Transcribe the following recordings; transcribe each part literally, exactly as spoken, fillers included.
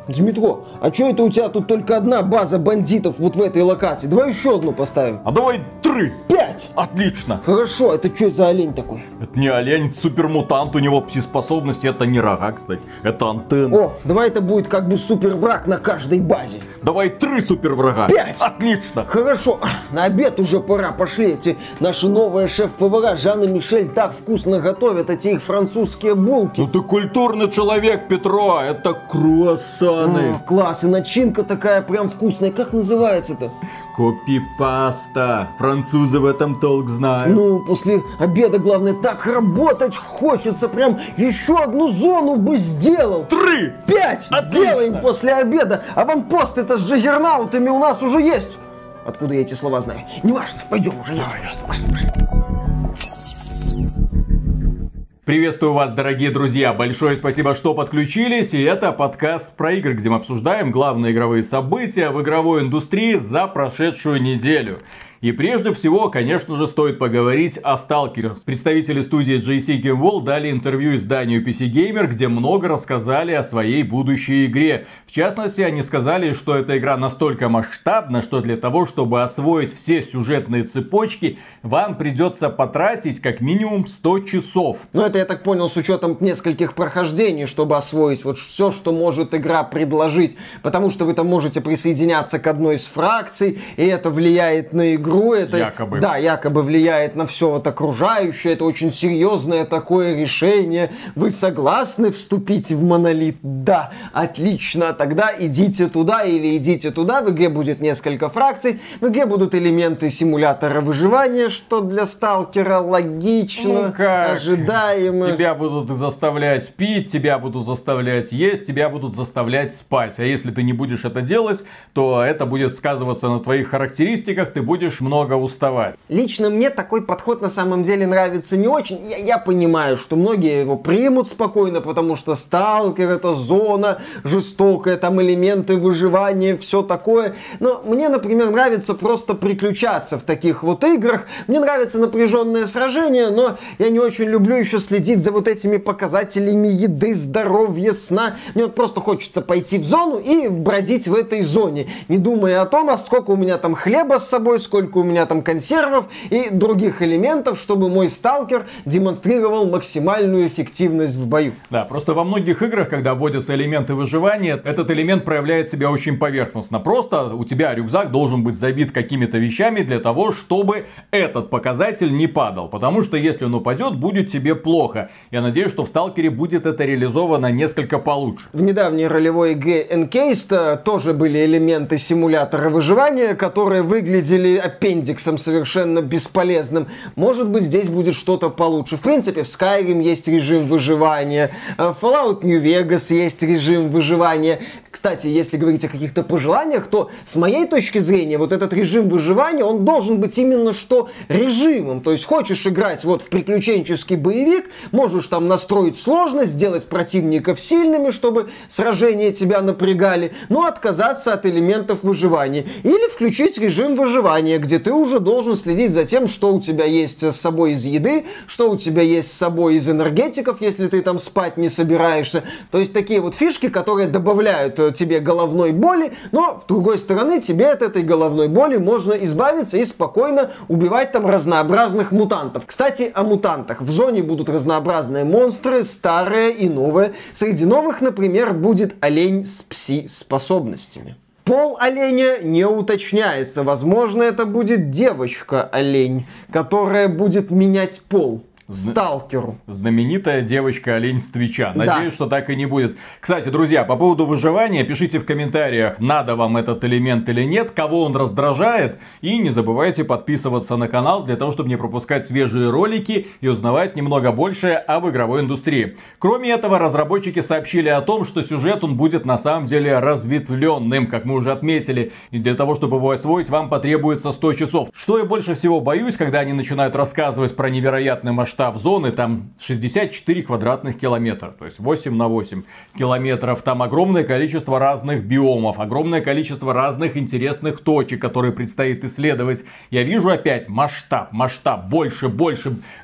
Дмитро, а чё это у тебя тут только одна база бандитов вот в этой локации? Давай еще одну поставим. А давай три. Пять. Отлично. Хорошо, это что за олень такой? Это не олень, это супермутант, у него пси-способности, это не рога, кстати, это антенна. О, давай это будет как бы супервраг на каждой базе. Давай три суперврага. Пять. Отлично. Хорошо, на обед уже пора, пошли. Эти наши новые шеф-повара Жан и Мишель так вкусно готовят эти их французские булки. Ну ты культурный человек, Петро, это круассаны. О, класс, и начинка такая прям вкусная. Как называется-то? Копипаста. Французы в этом толк знают. Ну, после обеда, главное, так работать хочется. Прям еще одну зону бы сделал. Три! Пять! Отлично. Сделаем после обеда. Аванпост это с джаггернаутами у нас уже есть. Откуда я эти слова знаю? Неважно, пойдем, уже есть. Пошли, пошли. Приветствую вас, дорогие друзья! Большое спасибо, что подключились. И это подкаст про игры, где мы обсуждаем главные игровые события в игровой индустрии за прошедшую неделю. И прежде всего, конечно же, стоит поговорить о сталкерах. Представители студии джей си Game World дали интервью изданию пи си Gamer, где много рассказали о своей будущей игре. В частности, они сказали, что эта игра настолько масштабна, что для того, чтобы освоить все сюжетные цепочки, вам придется потратить как минимум сто часов. Ну, это, я так понял, с учетом нескольких прохождений, чтобы освоить вот все, что может игра предложить. Потому что вы там можете присоединяться к одной из фракций, и это влияет на игру. Это, якобы. Да, якобы влияет на все вот окружающее. Это очень серьезное такое решение. Вы согласны вступить в Монолит? Да, отлично. Тогда идите туда или идите туда. В игре будет несколько фракций. В игре будут элементы симулятора выживания, что для сталкера логично, ну как? ожидаемо. Тебя будут заставлять пить, тебя будут заставлять есть, тебя будут заставлять спать. А если ты не будешь это делать, то это будет сказываться на твоих характеристиках. Ты будешь много уставать. Лично мне такой подход на самом деле нравится не очень. Я, я понимаю, что многие его примут спокойно, потому что сталкер это зона жестокая, там элементы выживания, все такое. Но мне, например, нравится просто приключаться в таких вот играх. Мне нравится напряженное сражение, но я не очень люблю еще следить за вот этими показателями еды, здоровья, сна. Мне вот просто хочется пойти в зону и бродить в этой зоне, не думая о том, а сколько у меня там хлеба с собой, сколько у меня там консервов и других элементов, чтобы мой сталкер демонстрировал максимальную эффективность в бою. Да, просто во многих играх, когда вводятся элементы выживания, этот элемент проявляет себя очень поверхностно. Просто у тебя рюкзак должен быть забит какими-то вещами для того, чтобы этот показатель не падал. Потому что если он упадет, будет тебе плохо. Я надеюсь, что в Сталкере будет это реализовано несколько получше. В недавней ролевой игре Encased тоже были элементы симулятора выживания, которые выглядели аппендиксом совершенно бесполезным. Может быть, здесь будет что-то получше. В принципе, в Skyrim есть режим выживания, в Fallout New Vegas есть режим выживания. Кстати, если говорить о каких-то пожеланиях, то с моей точки зрения, вот этот режим выживания, он должен быть именно что режимом. То есть, хочешь играть вот в приключенческий боевик, можешь там настроить сложность, сделать противников сильными, чтобы сражения тебя напрягали, но отказаться от элементов выживания. Или включить режим выживания, где ты уже должен следить за тем, что у тебя есть с собой из еды, что у тебя есть с собой из энергетиков, если ты там спать не собираешься. То есть такие вот фишки, которые добавляют тебе головной боли, но с другой стороны тебе от этой головной боли можно избавиться и спокойно убивать там разнообразных мутантов. Кстати, о мутантах. В зоне будут разнообразные монстры, старые и новые. Среди новых, например, будет олень с пси-способностями. Пол оленя не уточняется. Возможно, это будет девочка-олень, которая будет менять пол. Сталкеру. Знаменитая девочка-олень с Твича. Надеюсь, да. что так и не будет. Кстати, друзья, по поводу выживания, пишите в комментариях, надо вам этот элемент или нет, кого он раздражает. И не забывайте подписываться на канал для того, чтобы не пропускать свежие ролики и узнавать немного больше об игровой индустрии. Кроме этого, разработчики сообщили о том, что сюжет он будет на самом деле разветвленным, как мы уже отметили. И для того, чтобы его освоить, вам потребуется сто часов. Что я больше всего боюсь, когда они начинают рассказывать про невероятный масштаб масштаб зоны, там шестьдесят четыре квадратных километра, то есть восемь на восемь километров. Там огромное количество разных биомов, огромное количество разных интересных точек, которые предстоит исследовать. Я вижу опять масштаб, масштаб, больше, больше.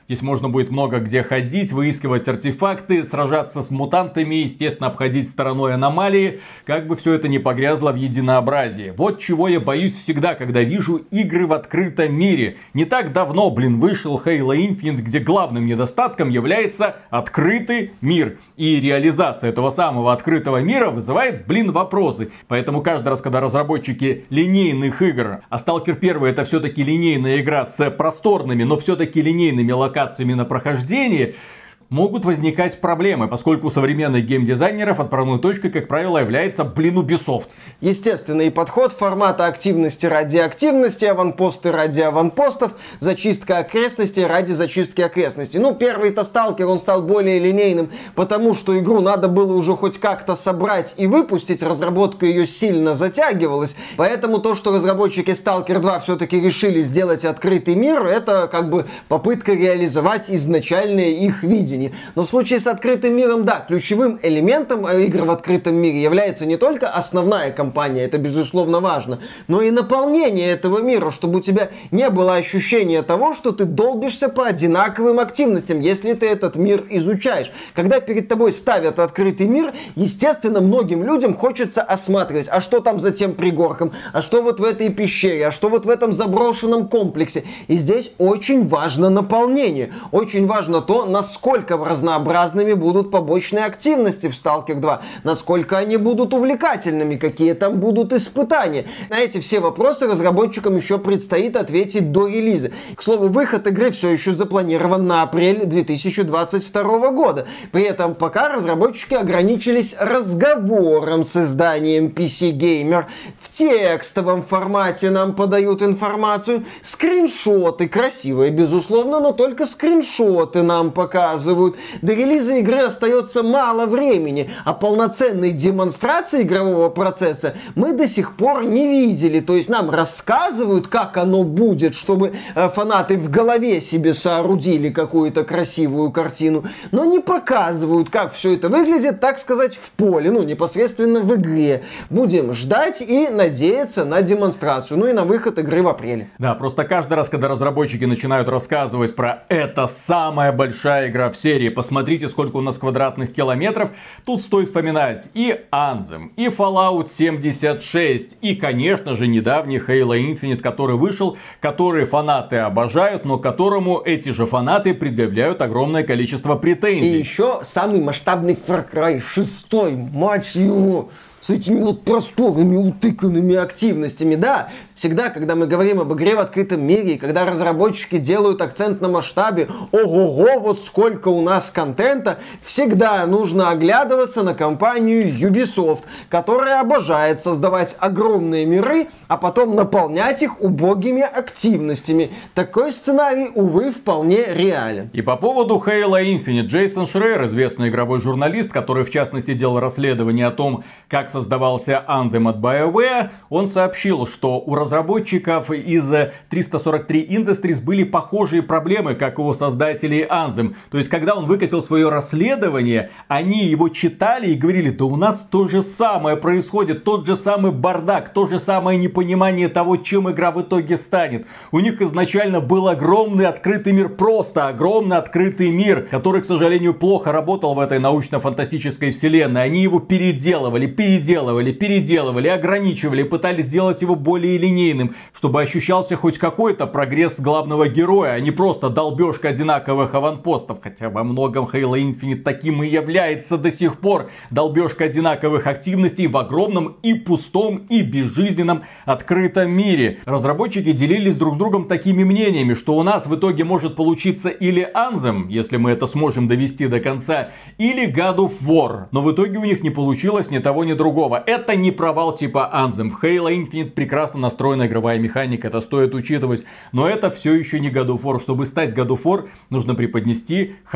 Здесь можно будет много где ходить, выискивать артефакты, сражаться с мутантами, естественно, обходить стороной аномалии, как бы все это не погрязло в единообразии. Вот чего я боюсь всегда, когда вижу игры в открытом мире. Не так давно, блин, вышел Halo Infinite, где главным недостатком является открытый мир. И реализация этого самого открытого мира вызывает, блин, вопросы. Поэтому каждый раз, когда разработчики линейных игр, а Сталкер один это все-таки линейная игра с просторными, но все-таки линейными локациями на прохождении, могут возникать проблемы, поскольку у современных геймдизайнеров отправной точкой, как правило, является, блин, Ubisoft. Естественный подход формата активности ради активности, аванпосты ради аванпостов, зачистка окрестностей ради зачистки окрестностей. Ну, первый-то Сталкер, он стал более линейным, потому что игру надо было уже хоть как-то собрать и выпустить, разработка ее сильно затягивалась, поэтому то, что разработчики Сталкер два все-таки решили сделать открытый мир, это как бы попытка реализовать изначальное их видение. Но в случае с открытым миром, да, ключевым элементом игр в открытом мире является не только основная кампания, это безусловно важно, но и наполнение этого мира, чтобы у тебя не было ощущения того, что ты долбишься по одинаковым активностям, если ты этот мир изучаешь. Когда перед тобой ставят открытый мир, естественно, многим людям хочется осматривать, а что там за тем пригорком, а что вот в этой пещере, а что вот в этом заброшенном комплексе. И здесь очень важно наполнение, очень важно то, насколько разнообразными будут побочные активности в Сталкер два, насколько они будут увлекательными, какие там будут испытания. На эти все вопросы разработчикам еще предстоит ответить до релиза. К слову, выход игры все еще запланирован на апрель две тысячи двадцать второго года. При этом пока разработчики ограничились разговором с изданием пи си Gamer. В текстовом формате нам подают информацию, скриншоты, красивые, безусловно, но только скриншоты нам показывают. До релиза игры остается мало времени, а полноценной демонстрации игрового процесса мы до сих пор не видели. То есть нам рассказывают, как оно будет, чтобы э, фанаты в голове себе соорудили какую-то красивую картину, но не показывают, как все это выглядит, так сказать, в поле, ну, непосредственно в игре. Будем ждать и надеяться на демонстрацию, ну и на выход игры в апреле. Да, просто каждый раз, когда разработчики начинают рассказывать про «это самая большая игра в серии», посмотрите, сколько у нас квадратных километров, тут стоит вспоминать и Anthem, и Fallout семьдесят шесть, и, конечно же, недавний Halo Infinite, который вышел, который фанаты обожают, но которому эти же фанаты предъявляют огромное количество претензий. И еще самый масштабный Far Cry шесть, мать его! С этими вот просторными, утыканными активностями. Да, всегда, когда мы говорим об игре в открытом мире, и когда разработчики делают акцент на масштабе, ого-го, вот сколько у нас контента, всегда нужно оглядываться на компанию Ubisoft, которая обожает создавать огромные миры, а потом наполнять их убогими активностями. Такой сценарий, увы, вполне реален. И по поводу Halo Infinite, Джейсон Шрейер, известный игровой журналист, который в частности делал расследование о том, как создавался Anthem от BioWare, он сообщил, что у разработчиков из триста сорок три Industries были похожие проблемы, как у создателей Anthem. То есть, когда он выкатил свое расследование, они его читали и говорили: да у нас то же самое происходит, тот же самый бардак, то же самое непонимание того, чем игра в итоге станет. У них изначально был огромный открытый мир, просто огромный открытый мир, который, к сожалению, плохо работал в этой научно-фантастической вселенной. Они его переделывали, переделывали. Переделывали, переделывали, ограничивали, пытались сделать его более линейным, чтобы ощущался хоть какой-то прогресс главного героя, а не просто долбежка одинаковых аванпостов. Хотя во многом Halo Infinite таким и является до сих пор. Долбежка одинаковых активностей в огромном и пустом, и безжизненном открытом мире. Разработчики делились друг с другом такими мнениями, что у нас в итоге может получиться или Anthem, если мы это сможем довести до конца, или God of War. Но в итоге у них не получилось ни того, ни другого. Это не провал типа Anthem. В Halo Infinite прекрасно настроена игровая механика, это стоит учитывать. Но это все еще не God of War. Чтобы стать God of War, нужно преподнести хороший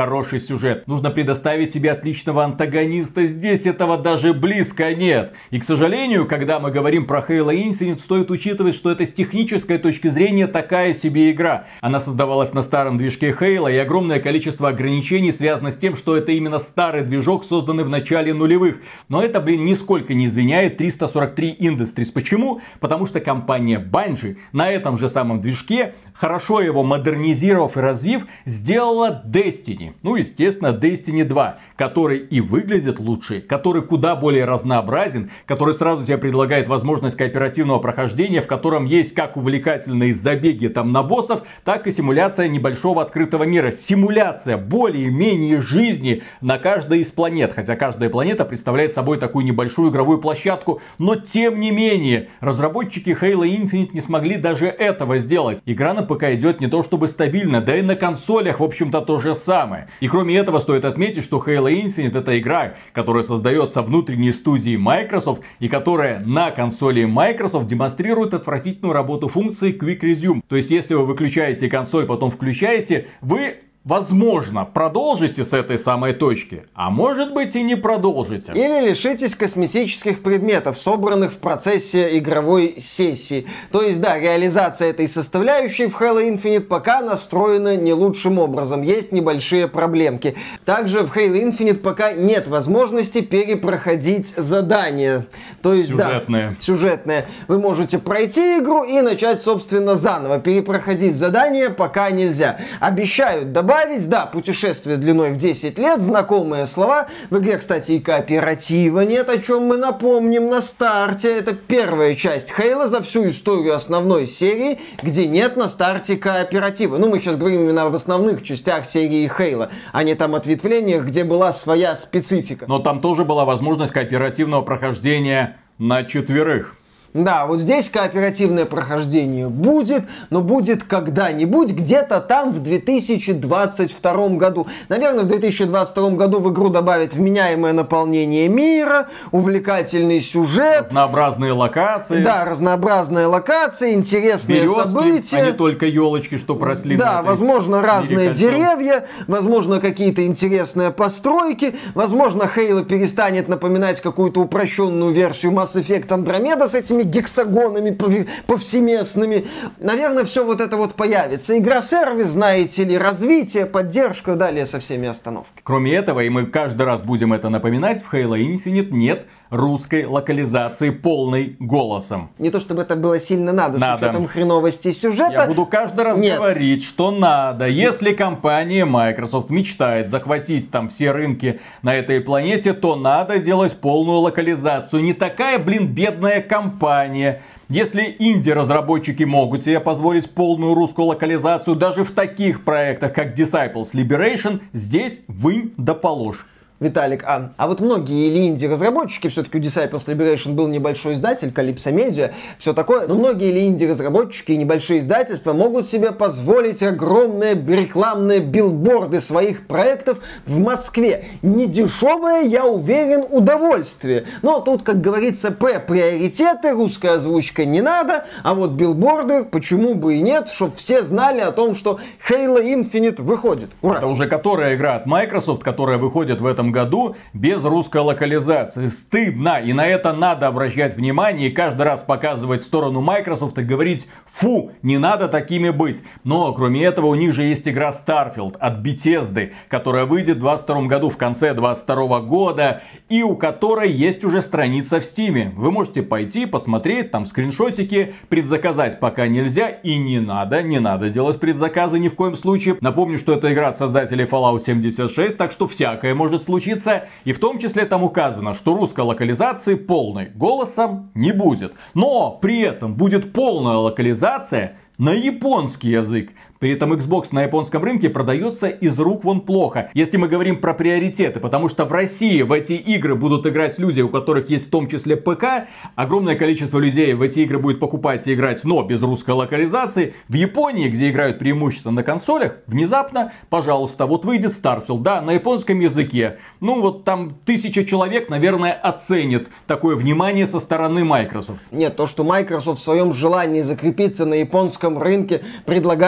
хороший сюжет. Нужно предоставить тебе отличного антагониста. Здесь этого даже близко нет. И, к сожалению, когда мы говорим про Halo Infinite, стоит учитывать, что это с технической точки зрения такая себе игра. Она создавалась на старом движке Halo, и огромное количество ограничений связано с тем, что это именно старый движок, созданный в начале нулевых. Но это, блин, нисколько не извиняет триста сорок три Industries. Почему? Потому что компания Bungie на этом же самом движке, хорошо его модернизировав и развив, сделала Destiny. Ну, естественно, Destiny два, который и выглядит лучше, который куда более разнообразен, который сразу тебе предлагает возможность кооперативного прохождения, в котором есть как увлекательные забеги там на боссов, так и симуляция небольшого открытого мира. Симуляция более-менее жизни на каждой из планет. Хотя каждая планета представляет собой такую небольшую игровую площадку. Но тем не менее, разработчики Halo Infinite не смогли даже этого сделать. Игра на ПК идет не то чтобы стабильно, да и на консолях, в общем-то, то же самое. И кроме этого, стоит отметить, что Halo Infinite это игра, которая создается внутренней студией Microsoft и которая на консоли Microsoft демонстрирует отвратительную работу функции Quick Resume. То есть, если вы выключаете консоль, потом включаете, вы... возможно, продолжите с этой самой точки, а может быть и не продолжите. Или лишитесь косметических предметов, собранных в процессе игровой сессии. То есть, да, реализация этой составляющей в Halo Infinite пока настроена не лучшим образом. Есть небольшие проблемки. Также в Halo Infinite пока нет возможности перепроходить задания. То есть, сюжетные. Да, сюжетные. Вы можете пройти игру и начать, собственно, заново. Перепроходить задания пока нельзя. Обещают добавить Добавить, да, путешествие длиной в десять лет, знакомые слова. В игре, кстати, и кооператива нет, о чем мы напомним на старте. Это первая часть Halo за всю историю основной серии, где нет на старте кооператива. Ну, мы сейчас говорим именно об основных частях серии Halo, а не там ответвлениях, где была своя специфика. Но там тоже была возможность кооперативного прохождения на четверых. Да, вот здесь кооперативное прохождение будет, но будет когда-нибудь, где-то там в две тысячи двадцать втором году. Наверное, в две тысячи двадцать втором году в игру добавят вменяемое наполнение мира, увлекательный сюжет. Разнообразные локации. Да, разнообразные локации, интересные березки, события. а не только елочки, что росли. Да, возможно, разные деревья, возможно, какие-то интересные постройки, возможно, Halo перестанет напоминать какую-то упрощенную версию Mass Effect Andromeda с этими гексагонами повсеместными. Наверное, все вот это вот появится. Игра-сервис, знаете ли, развитие, поддержка, далее со всеми остановками. Кроме этого, и мы каждый раз будем это напоминать, в Halo Infinite нет русской локализации полной голосом. Не то чтобы это было сильно надо, надо. С учетом хреновости сюжета. Я буду каждый раз нет. говорить, что надо. Если компания Microsoft мечтает захватить там все рынки на этой планете, то надо делать полную локализацию. Не такая, блин, бедная компания. Если инди-разработчики могут себе позволить полную русскую локализацию даже в таких проектах, как Disciples Liberation, здесь вынь да положь. Виталик, а, а вот многие или инди-разработчики, все-таки у Disciples Liberation был небольшой издатель, Calypso Media, все такое, но многие или инди-разработчики и небольшие издательства могут себе позволить огромные рекламные билборды своих проектов в Москве. Недешевое, я уверен, удовольствие. Но тут, как говорится, П, приоритеты, русская озвучка не надо, а вот билборды, почему бы и нет, чтобы все знали о том, что Halo Infinite выходит. Ура! Это уже которая игра от Microsoft, которая выходит в этом году без русской локализации. Стыдно. И на это надо обращать внимание. И каждый раз показывать в сторону Microsoft и говорить: фу, не надо такими быть. Но кроме этого у них же есть игра Starfield от Bethesda, которая выйдет в двадцать втором году, в конце двадцать второго года. И у которой есть уже страница в Steam. Вы можете пойти посмотреть, там скриншотики. Предзаказать пока нельзя. И не надо, не надо делать предзаказы ни в коем случае. Напомню, что это игра от создателей Fallout семьдесят шесть. Так что всякое может случиться. И в том числе там указано, что русской локализации полной голосом не будет. Но при этом будет полная локализация на японский язык. При этом Xbox на японском рынке продается из рук вон плохо. Если мы говорим про приоритеты, потому что в России в эти игры будут играть люди, у которых есть в том числе ПК. Огромное количество людей в эти игры будет покупать и играть, но без русской локализации. В Японии, где играют преимущественно на консолях, внезапно, пожалуйста, вот выйдет Starfield, да, на японском языке. Ну вот там тысяча человек, наверное, оценит такое внимание со стороны Microsoft. Нет, то, что Microsoft в своем желании закрепиться на японском рынке предлагает пользователям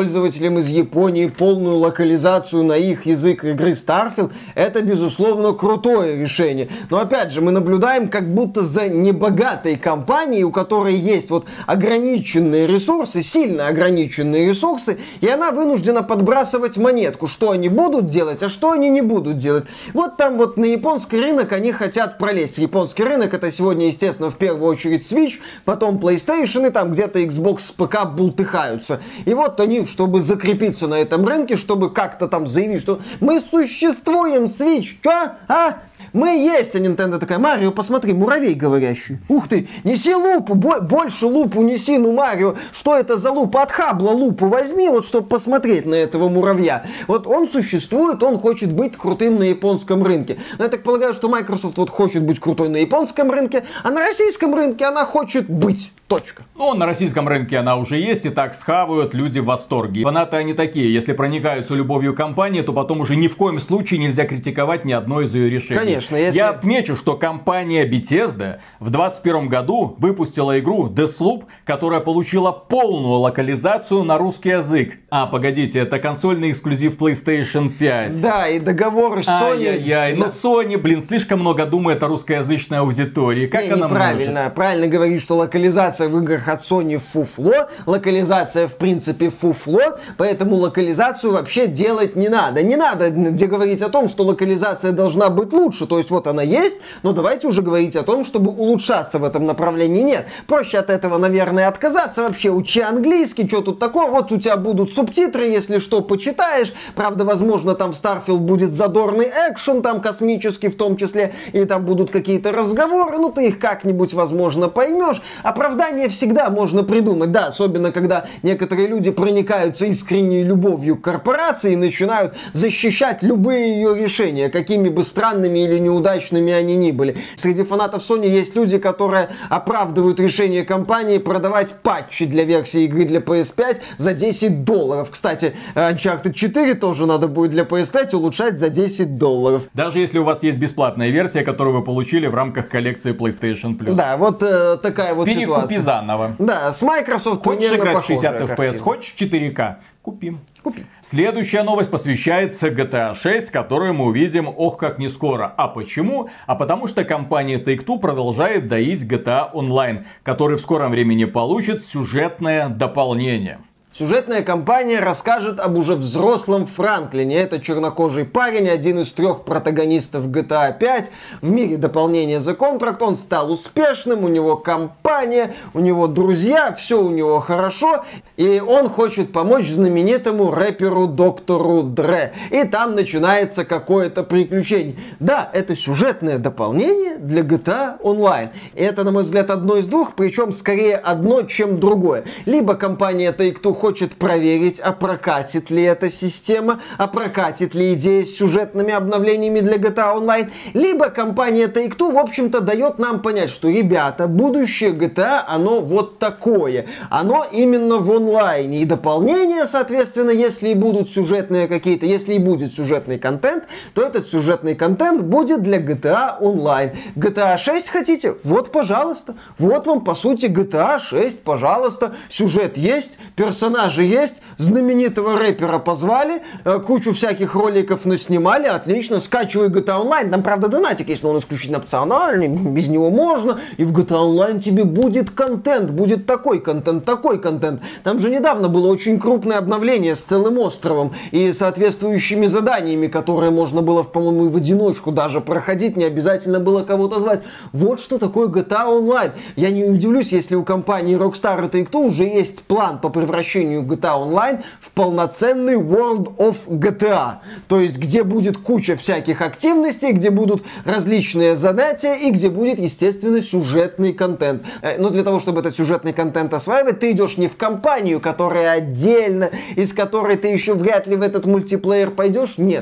пользователям из Японии полную локализацию на их язык игры Starfield, это, безусловно, крутое решение. Но, опять же, мы наблюдаем, как будто за небогатой компанией, у которой есть вот ограниченные ресурсы, сильно ограниченные ресурсы, и она вынуждена подбрасывать монетку, что они будут делать, а что они не будут делать. Вот там вот на японский рынок они хотят пролезть. Японский рынок — это сегодня, естественно, в первую очередь Switch, потом PlayStation, и там где-то Xbox с ПК бултыхаются. И вот они, чтобы закрепиться на этом рынке, чтобы как-то там заявить, что мы существуем, Switch, чё? А? Мы есть, а Nintendo такая: Марио, посмотри, муравей говорящий. Ух ты, неси лупу, бо- больше лупу неси, ну, Марио. Что это за лупа? От Хаббла лупу возьми, вот, чтобы посмотреть на этого муравья. Вот он существует, он хочет быть крутым на японском рынке. Но я так полагаю, что Microsoft вот хочет быть крутой на японском рынке, а на российском рынке она хочет быть. Точка. Ну, на российском рынке она уже есть, и так схавают, люди в восторге. Фанаты они такие, если проникаются любовью к компании, то потом уже ни в коем случае нельзя критиковать ни одно из ее решений. Конечно, если... Я отмечу, что компания Bethesda в двадцать первом году выпустила игру Deathloop, которая получила полную локализацию на русский язык. А, погодите, это консольный эксклюзив PlayStation пять. Да, и договор с Sony... Ай-яй-яй, да. но Sony, блин, слишком много думает о русскоязычной аудитории. Как Не, она неправильно. может? Правильно говорить, что локализация в играх от Sony фуфло, локализация в принципе фуфло, поэтому локализацию вообще делать не надо. Не надо где говорить о том, что локализация должна быть лучше, то есть вот она есть, но давайте уже говорить о том, чтобы улучшаться в этом направлении. Нет, проще от этого, наверное, отказаться. Вообще учи английский, что тут такого, вот у тебя будут субтитры, если что, почитаешь. Правда, возможно, там в Starfield будет задорный экшен, там космический в том числе, и там будут какие-то разговоры, ну ты их как-нибудь, возможно, поймешь. Оправдание всегда можно придумать, да, особенно когда некоторые люди проникаются искренней любовью к корпорации и начинают защищать любые ее решения, какими бы странными или неудачными они ни были. Среди фанатов Sony есть люди, которые оправдывают решение компании продавать патчи для версии игры для пи эс пять за десять долларов. Кстати, Uncharted четыре тоже надо будет для пи эс пять улучшать за десять долларов. Даже если у вас есть бесплатная версия, которую вы получили в рамках коллекции PlayStation Plus. Да, вот э, такая вот Перекупи ситуация. заново. Да, с Microsoft Хочешь примерно играть в шестьдесят похожая эф пи эс, картина. хочешь четыре ка? Купим. Купи. Следующая новость посвящается джи ти эй шесть, которую мы увидим, ох, как не скоро. А почему? А потому что компания Take-Two продолжает доить джи ти эй Online, который в скором времени получит сюжетное дополнение. Сюжетная кампания расскажет об уже взрослом Франклине. Это чернокожий парень, один из трех протагонистов джи ти эй пять. В мире дополнения The Contract он стал успешным, у него компания, у него друзья, все у него хорошо. И он хочет помочь знаменитому рэперу доктору Дре. И там начинается какое-то приключение. Да, это сюжетное дополнение для джи ти эй Online. И это, на мой взгляд, одно из двух, причем скорее одно, чем другое. Либо компания Take-Two хочет проверить, а прокатит ли эта система, а прокатит ли идея с сюжетными обновлениями для джи ти эй Online, либо компания Take-Two, в общем-то, дает нам понять, что, ребята, будущее джи ти эй, оно вот такое. Оно именно в онлайне. И дополнения, соответственно, если и будут сюжетные какие-то, если и будет сюжетный контент, то этот сюжетный контент будет для джи ти эй Online. джи ти эй шесть хотите? Вот, пожалуйста. Вот вам, по сути, джи ти эй шесть, пожалуйста. Сюжет есть, персонажи есть, знаменитого рэпера позвали, кучу всяких роликов наснимали, отлично, скачивай джи ти эй Online, там, правда, донатик есть, но он исключительно опциональный, без него можно, и в джи ти эй Online тебе будет контент, будет такой контент, такой контент. Там же недавно было очень крупное обновление с целым островом и соответствующими заданиями, которые можно было, по-моему, и в одиночку даже проходить, не обязательно было кого-то звать. Вот что такое джи ти эй Online. Я не удивлюсь, если у компании Rockstar и Take-Two уже есть план по превращению джи ти эй Online в полноценный World of джи ти эй. То есть, где будет куча всяких активностей, где будут различные занятия и где будет, естественно, сюжетный контент. Но для того, чтобы этот сюжетный контент осваивать, ты идешь не в компанию, которая отдельно, из которой ты еще вряд ли в этот мультиплеер пойдешь. Нет.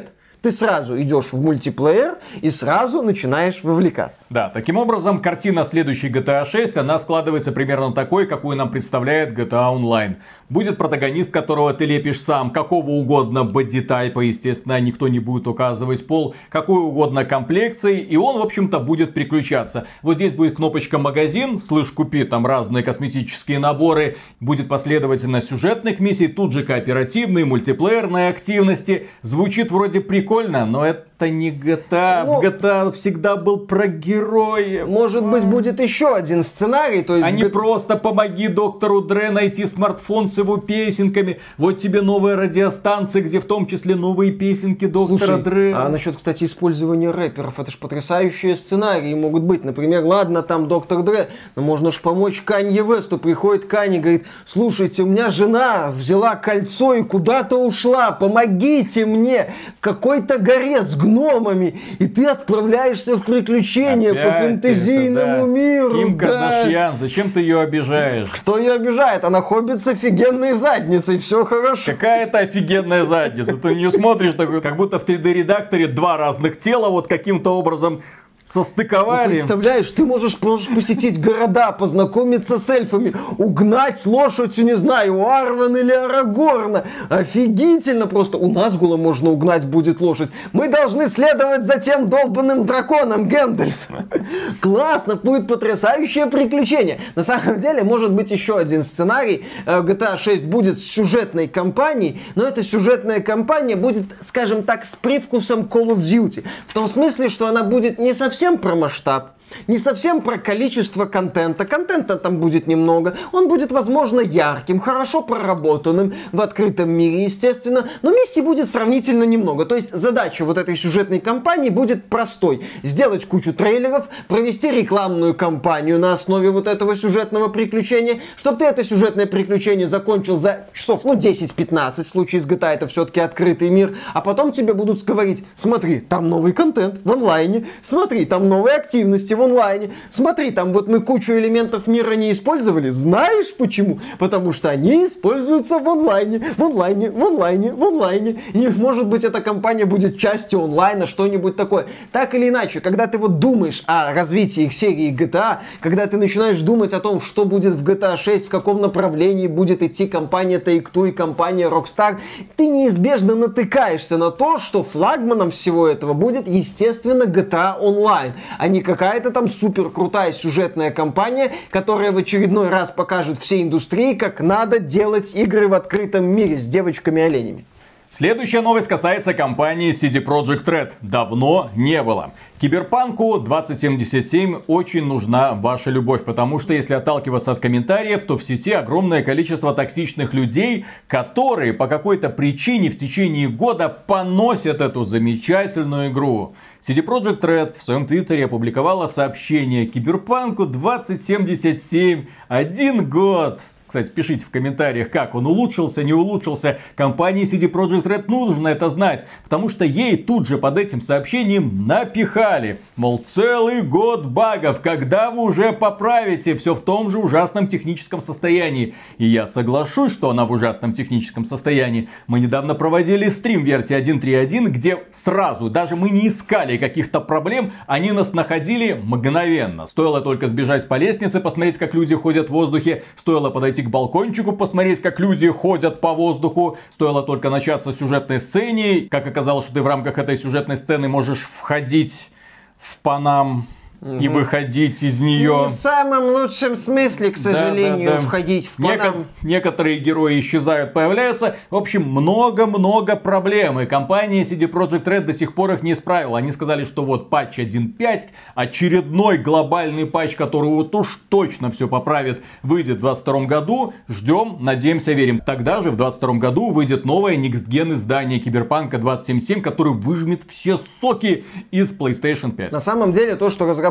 ты сразу идешь в мультиплеер и сразу начинаешь вовлекаться. Да, таким образом, картина следующей джи ти эй шесть, она складывается примерно такой, какую нам представляет джи ти эй Online. Будет протагонист, которого ты лепишь сам, какого угодно боди-тайпа, естественно, никто не будет указывать пол, какой угодно комплекции, и он, в общем-то, будет переключаться. Вот здесь будет кнопочка «Магазин», слышь, купи там разные косметические наборы, будет последовательно сюжетных миссий, тут же кооперативные, мультиплеерные активности. Звучит вроде прикольно, но это не джи ти эй. Ну, в джи ти эй всегда был про героев. Может быть, будет еще один сценарий, то есть... А не просто помоги доктору Дре найти смартфон с его песенками. Вот тебе новая радиостанция, где в том числе новые песенки доктора Слушай, Дре. а насчет, кстати, использования рэперов, это ж потрясающие сценарии могут быть. Например, ладно, там доктор Дре, но можно ж помочь Канье Весту. Приходит Канье, говорит, слушайте, у меня жена взяла кольцо и куда-то ушла, помогите мне в какой-то горе с гномами. И ты отправляешься в приключения Опять по фэнтезийному это, да. миру. Ким да. Кардашьян, зачем ты ее обижаешь? Кто ее обижает? Она ходит с офигенной задницей, все хорошо. Какая-то офигенная задница. Ты не смотришь, такой, как будто в три дэ-редакторе два разных тела вот каким-то образом состыковали. Ну, представляешь, ты можешь, можешь посетить города, познакомиться с эльфами, угнать лошадью, не знаю, у Арвена или Арагорна. Офигительно просто. У Назгула можно угнать будет лошадь. Мы должны следовать за тем долбанным драконом, Гэндальф. Классно, будет потрясающее приключение. На самом деле, может быть еще один сценарий. джи ти эй шесть будет с сюжетной кампанией, но эта сюжетная кампания будет, скажем так, с привкусом Call of Duty. В том смысле, что она будет не совсем совсем про масштаб, не совсем про количество контента. Контента там будет немного. Он будет, возможно, ярким, хорошо проработанным, в открытом мире, естественно. Но миссий будет сравнительно немного. То есть задача вот этой сюжетной кампании будет простой. Сделать кучу трейлеров, провести рекламную кампанию на основе вот этого сюжетного приключения, чтобы ты это сюжетное приключение закончил за часов, ну, десять-пятнадцать. В случае с джи ти эй это все-таки открытый мир. А потом тебе будут говорить, смотри, там новый контент в онлайне, смотри, там новые активности в онлайне. Смотри, там вот мы кучу элементов мира не использовали. Знаешь почему? Потому что они используются в онлайне, в онлайне, в онлайне, в онлайне. И, может быть, эта компания будет частью онлайна, что-нибудь такое. Так или иначе, когда ты вот думаешь о развитии их серии джи ти эй, когда ты начинаешь думать о том, что будет в джи ти эй шесть, в каком направлении будет идти компания Take-Two и компания Rockstar, ты неизбежно натыкаешься на то, что флагманом всего этого будет, естественно, джи ти эй Online, а не какая-то там супер крутая сюжетная кампания, которая в очередной раз покажет всей индустрии, как надо делать игры в открытом мире с девочками-оленями. Следующая новость касается компании си ди Projekt Red. Давно не было. Киберпанку двадцать семьдесят семь очень нужна ваша любовь, потому что если отталкиваться от комментариев, то в сети огромное количество токсичных людей, которые по какой-то причине в течение года поносят эту замечательную игру. си ди Projekt Red в своем твиттере опубликовала сообщение: Киберпанку двадцать семьдесят семь, один год. Кстати, пишите в комментариях, как он улучшился, не улучшился. Компании си ди Projekt Red нужно это знать, потому что ей тут же под этим сообщением напихали. Мол, целый год багов, когда вы уже поправите, все в том же ужасном техническом состоянии. И я соглашусь, что она в ужасном техническом состоянии. Мы недавно проводили стрим версии один точка три точка один, где сразу, даже мы не искали каких-то проблем, они нас находили мгновенно. Стоило только сбежать по лестнице, посмотреть, как люди ходят в воздухе, стоило подойти к балкончику, посмотреть, как люди ходят по воздуху. Стоило только начаться сюжетной сцене. Как оказалось, что ты в рамках этой сюжетной сцены можешь входить в Панам угу. и выходить из нее. Не в самом лучшем смысле, к сожалению, да, да, да. входить в Панам. Неко- некоторые герои исчезают, появляются. В общем, много-много проблем. И компания си ди Projekt Red до сих пор их не исправила. Они сказали, что вот патч один точка пять, очередной глобальный патч, который вот уж точно все поправит, выйдет в двадцать втором году. Ждем, надеемся, верим. Тогда же в двадцать втором году выйдет новое Next Gen издание Киберпанка двадцать семьдесят семь, который выжмет все соки из PlayStation пять. На самом деле, то, что разработчики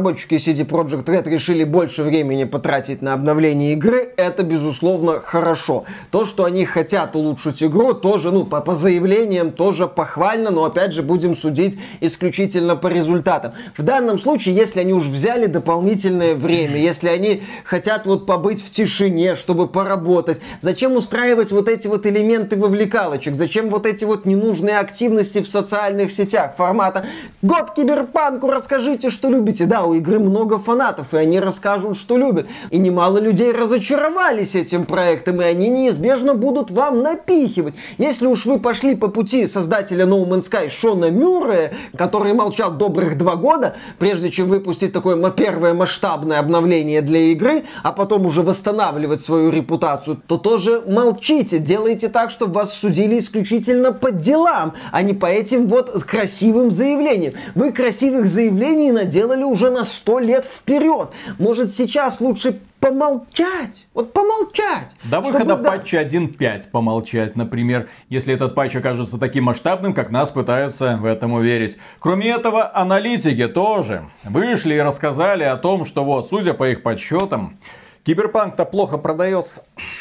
разработчики си ди Projekt Red решили больше времени потратить на обновление игры, это, безусловно, хорошо. То, что они хотят улучшить игру, тоже, ну, по, по заявлениям, тоже похвально, но, опять же, будем судить исключительно по результатам. В данном случае, если они уж взяли дополнительное время, если они хотят вот побыть в тишине, чтобы поработать, зачем устраивать вот эти вот элементы вовлекалочек, зачем вот эти вот ненужные активности в социальных сетях формата «Год Киберпанку, расскажите, что любите». Да, у игры много фанатов, и они расскажут, что любят. И немало людей разочаровались этим проектом, и они неизбежно будут вам напихивать. Если уж вы пошли по пути создателя No Man's Sky Шона Мюррея, который молчал добрых два года, прежде чем выпустить такое первое масштабное обновление для игры, а потом уже восстанавливать свою репутацию, то тоже молчите, делайте так, чтобы вас судили исключительно по делам, а не по этим вот красивым заявлениям. Вы красивых заявлений наделали уже на сто лет вперед. Может, сейчас лучше помолчать? Вот помолчать. До выхода чтобы, патча один точка пять помолчать, например, если этот патч окажется таким масштабным, как нас пытаются в этом уверить. Кроме этого, аналитики тоже вышли и рассказали о том, что вот, судя по их подсчетам, Киберпанк-то плохо продается.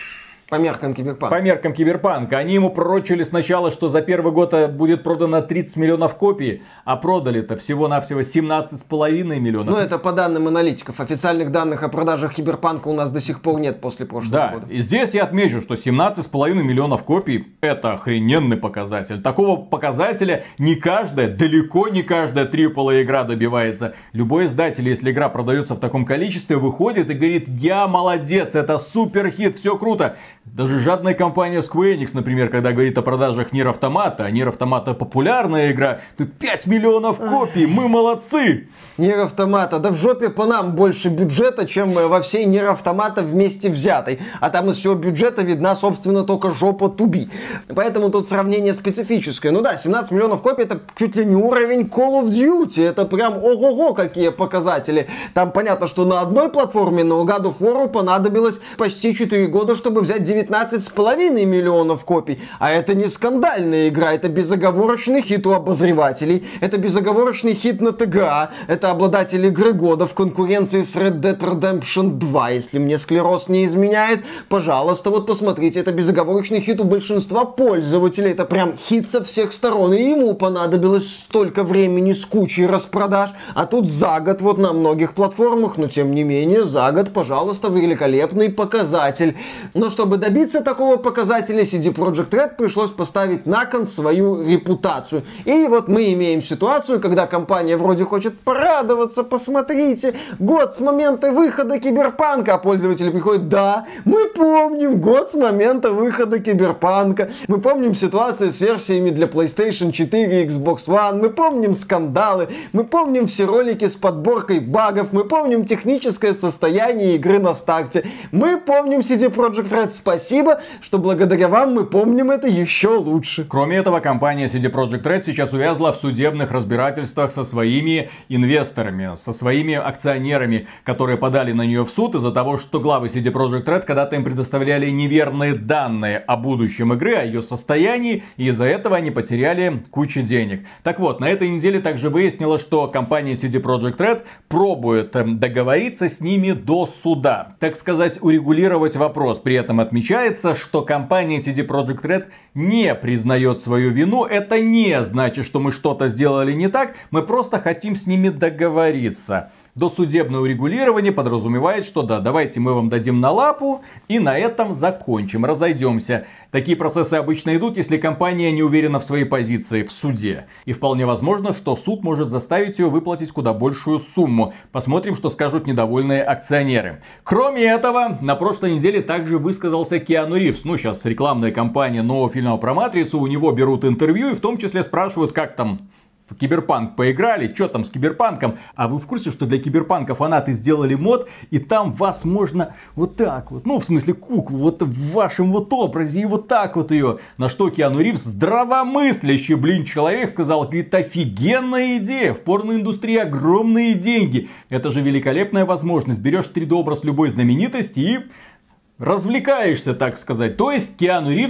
По меркам Киберпанка. По меркам Киберпанка. Они ему пророчили сначала, что за первый год будет продано тридцать миллионов копий, а продали-то всего-навсего семнадцать с половиной миллионов. Ну, это по данным аналитиков. Официальных данных о продажах Киберпанка у нас до сих пор нет после прошлого да, года. И здесь я отмечу, что семнадцать с половиной миллионов копий — это охрененный показатель. Такого показателя не каждая, далеко не каждая трипл эй игра добивается. Любой издатель, если игра продается в таком количестве, выходит и говорит: я молодец, это супер хит, все круто. Даже жадная компания Square Enix, например, когда говорит о продажах Нир Автомата, а Нир Автомата популярная игра, тут пять миллионов копий, мы молодцы! Нир Автомата, да в жопе по нам больше бюджета, чем во всей Нир Автомата вместе взятой. А там из всего бюджета видна, собственно, только жопа туби. Поэтому тут сравнение специфическое. Ну да, семнадцать миллионов копий — это чуть ли не уровень Call of Duty. Это прям ого-го какие показатели. Там понятно, что на одной платформе, но God of War понадобилось почти четыре года, чтобы взять девятнадцать с половиной миллионов копий. А это не скандальная игра, это безоговорочный хит у обозревателей, это безоговорочный хит на тэ гэ а, это обладатель игры года в конкуренции с Red Dead Redemption два, если мне склероз не изменяет. Пожалуйста, вот посмотрите, это безоговорочный хит у большинства пользователей, это прям хит со всех сторон, и ему понадобилось столько времени с кучей распродаж, а тут за год вот на многих платформах, но тем не менее за год, пожалуйста, великолепный показатель. Но чтобы добиться такого показателя, си ди Projekt Red пришлось поставить на кон свою репутацию. И вот мы имеем ситуацию, когда компания вроде хочет порадоваться, посмотрите, год с момента выхода Киберпанка, а пользователи приходят: да, мы помним год с момента выхода Киберпанка, мы помним ситуации с версиями для PlayStation четыре, Xbox One, мы помним скандалы, мы помним все ролики с подборкой багов, мы помним техническое состояние игры на старте, мы помним си ди Projekt Red. Спасибо, что благодаря вам мы помним это еще лучше. Кроме этого, компания си ди Projekt Red сейчас увязла в судебных разбирательствах со своими инвесторами, со своими акционерами, которые подали на нее в суд из-за того, что главы си ди Projekt Red когда-то им предоставляли неверные данные о будущем игры, о ее состоянии, и из-за этого они потеряли кучу денег. Так вот, на этой неделе также выяснилось, что компания си ди Projekt Red пробует договориться с ними до суда, так сказать, урегулировать вопрос. При этом отмечается, что компания си ди Projekt Red не признает свою вину. Это не значит, что мы что-то сделали не так, мы просто хотим с ними договориться. Досудебное урегулирование подразумевает, что да, давайте мы вам дадим на лапу и на этом закончим, разойдемся. Такие процессы обычно идут, если компания не уверена в своей позиции в суде. И вполне возможно, что суд может заставить ее выплатить куда большую сумму. Посмотрим, что скажут недовольные акционеры. Кроме этого, на прошлой неделе также высказался Киану Ривз. Ну, сейчас рекламная кампания нового фильма про Матрицу, у него берут интервью и в том числе спрашивают, как там в Киберпанк поиграли, что там с Киберпанком? А вы в курсе, что для Киберпанка фанаты сделали мод, и там вас можно вот так вот, ну в смысле куклу, вот в вашем вот образе, и вот так вот ее. На что Киану Ривз, здравомыслящий, блин, человек, сказал: говорит, офигенная идея, в порноиндустрии огромные деньги. Это же великолепная возможность. Берешь три дэ образ любой знаменитости и развлекаешься, так сказать. То есть Киану Ривз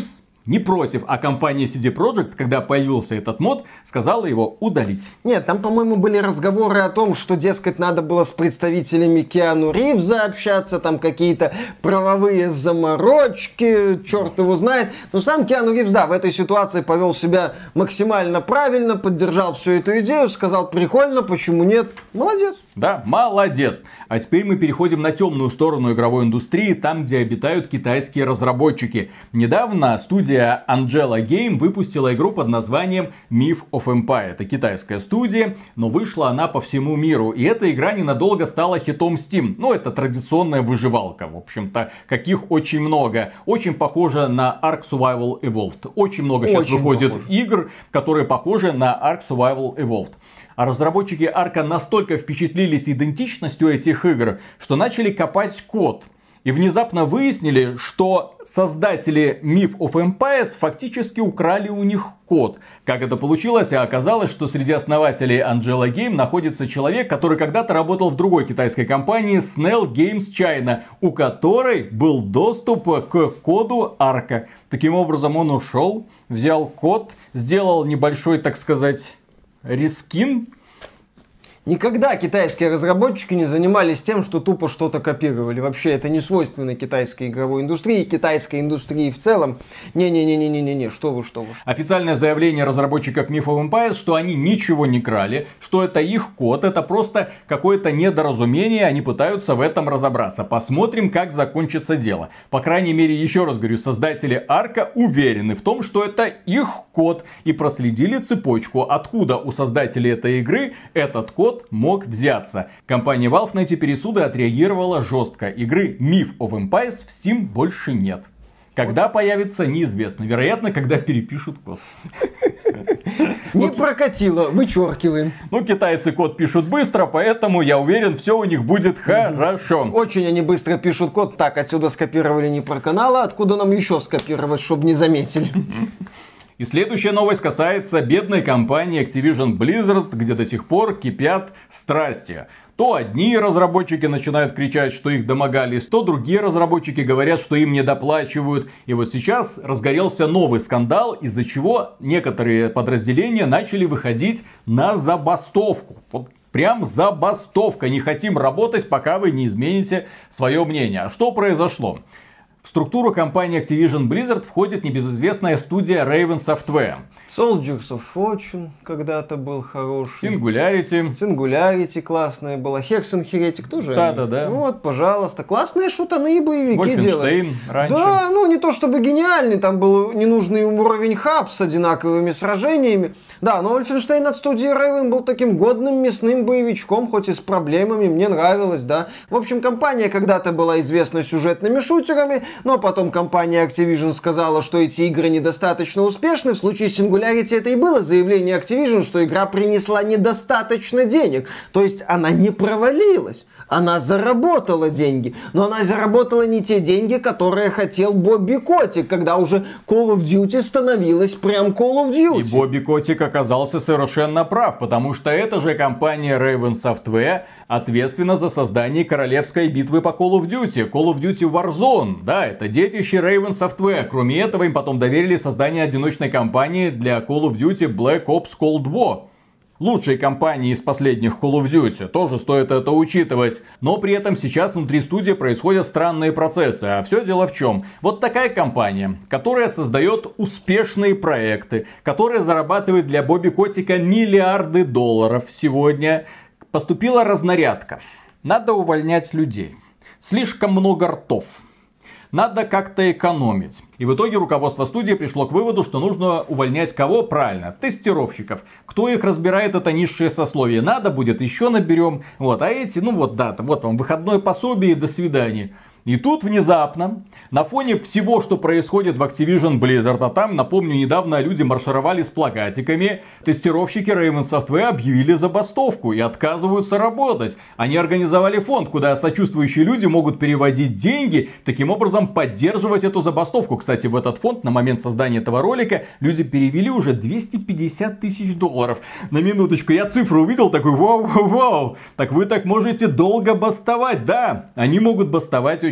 не против, а компания си ди Projekt, когда появился этот мод, сказала его удалить. Нет, там, по-моему, были разговоры о том, что, дескать, надо было с представителями Киану Ривза общаться, там какие-то правовые заморочки, черт его знает. Но сам Киану Ривз, да, в этой ситуации повел себя максимально правильно, поддержал всю эту идею, сказал, прикольно, почему нет, молодец. Да, молодец. А теперь мы переходим на темную сторону игровой индустрии, там, где обитают китайские разработчики. Недавно студия Angela Game выпустила игру под названием Myth of Empire. Это китайская студия, но вышла она по всему миру. И эта игра ненадолго стала хитом Steam. Ну, это традиционная выживалка, в общем-то, каких очень много. Очень похожа на Ark Survival Evolved. Очень много сейчас очень выходит похож. игр, которые похожи на Ark Survival Evolved. А разработчики Арка настолько впечатлились идентичностью этих игр, что начали копать код. И внезапно выяснили, что создатели Myth of Empires фактически украли у них код. Как это получилось? А оказалось, что среди основателей Angela Game находится человек, который когда-то работал в другой китайской компании Snell Games China, у которой был доступ к коду Арка. Таким образом, он ушел, взял код, сделал небольшой, так сказать, рескин. Никогда китайские разработчики не занимались тем, что тупо что-то копировали. Вообще это не свойственно китайской игровой индустрии, китайской индустрии в целом. Не-не-не-не-не-не, что вы, что вы. Официальное заявление разработчиков Myth of Empires, что они ничего не крали, что это их код, это просто какое-то недоразумение, они пытаются в этом разобраться. Посмотрим, как закончится дело. По крайней мере, еще раз говорю, создатели Арка уверены в том, что это их код, и проследили цепочку, откуда у создателей этой игры этот код мог взяться. Компания Valve на эти пересуды отреагировала жестко. Игры Myth of Empires в Steam больше нет. Когда появится, неизвестно. Вероятно, когда перепишут код. Не прокатило, вычеркиваем. Ну, китайцы код пишут быстро, поэтому я уверен, все у них будет хорошо. Очень они быстро пишут код. Так, отсюда скопировали не про канала, откуда нам еще скопировать, чтобы не заметили. И следующая новость касается бедной компании Activision Blizzard, где до сих пор кипят страсти. То одни разработчики начинают кричать, что их домогались, то другие разработчики говорят, что им не доплачивают. И вот сейчас разгорелся новый скандал, из-за чего некоторые подразделения начали выходить на забастовку. Вот прям забастовка. Не хотим работать, пока вы не измените свое мнение. А что произошло? В структуру компании Activision Blizzard входит небезызвестная студия Raven Software. Soldiers of Fortune когда-то был хороший. Singularity. Singularity классная была. Hexen Heretic тоже. Да-да-да. Вот, пожалуйста. Классные шутаны и боевики Wolfenstein делают. раньше. Да, ну не то чтобы гениальный. Там был ненужный уровень хаб с одинаковыми сражениями. Да, но Wolfenstein от студии Raven был таким годным мясным боевичком, хоть и с проблемами. Мне нравилось, да. В общем, компания когда-то была известна сюжетными шутерами, но потом компания Activision сказала, что эти игры недостаточно успешны. В случае Singularity это и было заявление Activision, что игра принесла недостаточно денег. То есть она не провалилась. Она заработала деньги. Но она заработала не те деньги, которые хотел Бобби Котик, когда уже Call of Duty становилась прям Call of Duty. И Бобби Котик оказался совершенно прав, потому что эта же компания Raven Software ответственна за создание королевской битвы по Call of Duty. Call of Duty Warzone. Да, это детище Raven Software. Кроме этого, им потом доверили создание одиночной кампании для Call of Duty Black Ops Cold War. Лучшей компании из последних Call of Duty. Тоже стоит это учитывать. Но при этом сейчас внутри студии происходят странные процессы. А все дело в чем? Вот такая компания, которая создает успешные проекты, которая зарабатывает для Бобби Котика миллиарды долларов сегодня, поступила разнарядка. Надо увольнять людей. Слишком много ртов. Надо как-то экономить. И в итоге руководство студии пришло к выводу, что нужно увольнять кого? Правильно, тестировщиков. Кто их разбирает, это низшее сословие. Надо будет, еще наберем. Вот, а эти, ну вот, да, вот вам выходное пособие и до свидания. И тут внезапно, на фоне всего, что происходит в Activision Blizzard, а там, напомню, недавно люди маршировали с плакатиками, тестировщики Raven Software объявили забастовку и отказываются работать. Они организовали фонд, куда сочувствующие люди могут переводить деньги, таким образом поддерживать эту забастовку. Кстати, в этот фонд на момент создания этого ролика люди перевели уже двести пятьдесят тысяч долларов. На минуточку, я цифру увидел, такой вау-вау-вау. Так вы так можете долго бастовать, да, они могут бастовать очень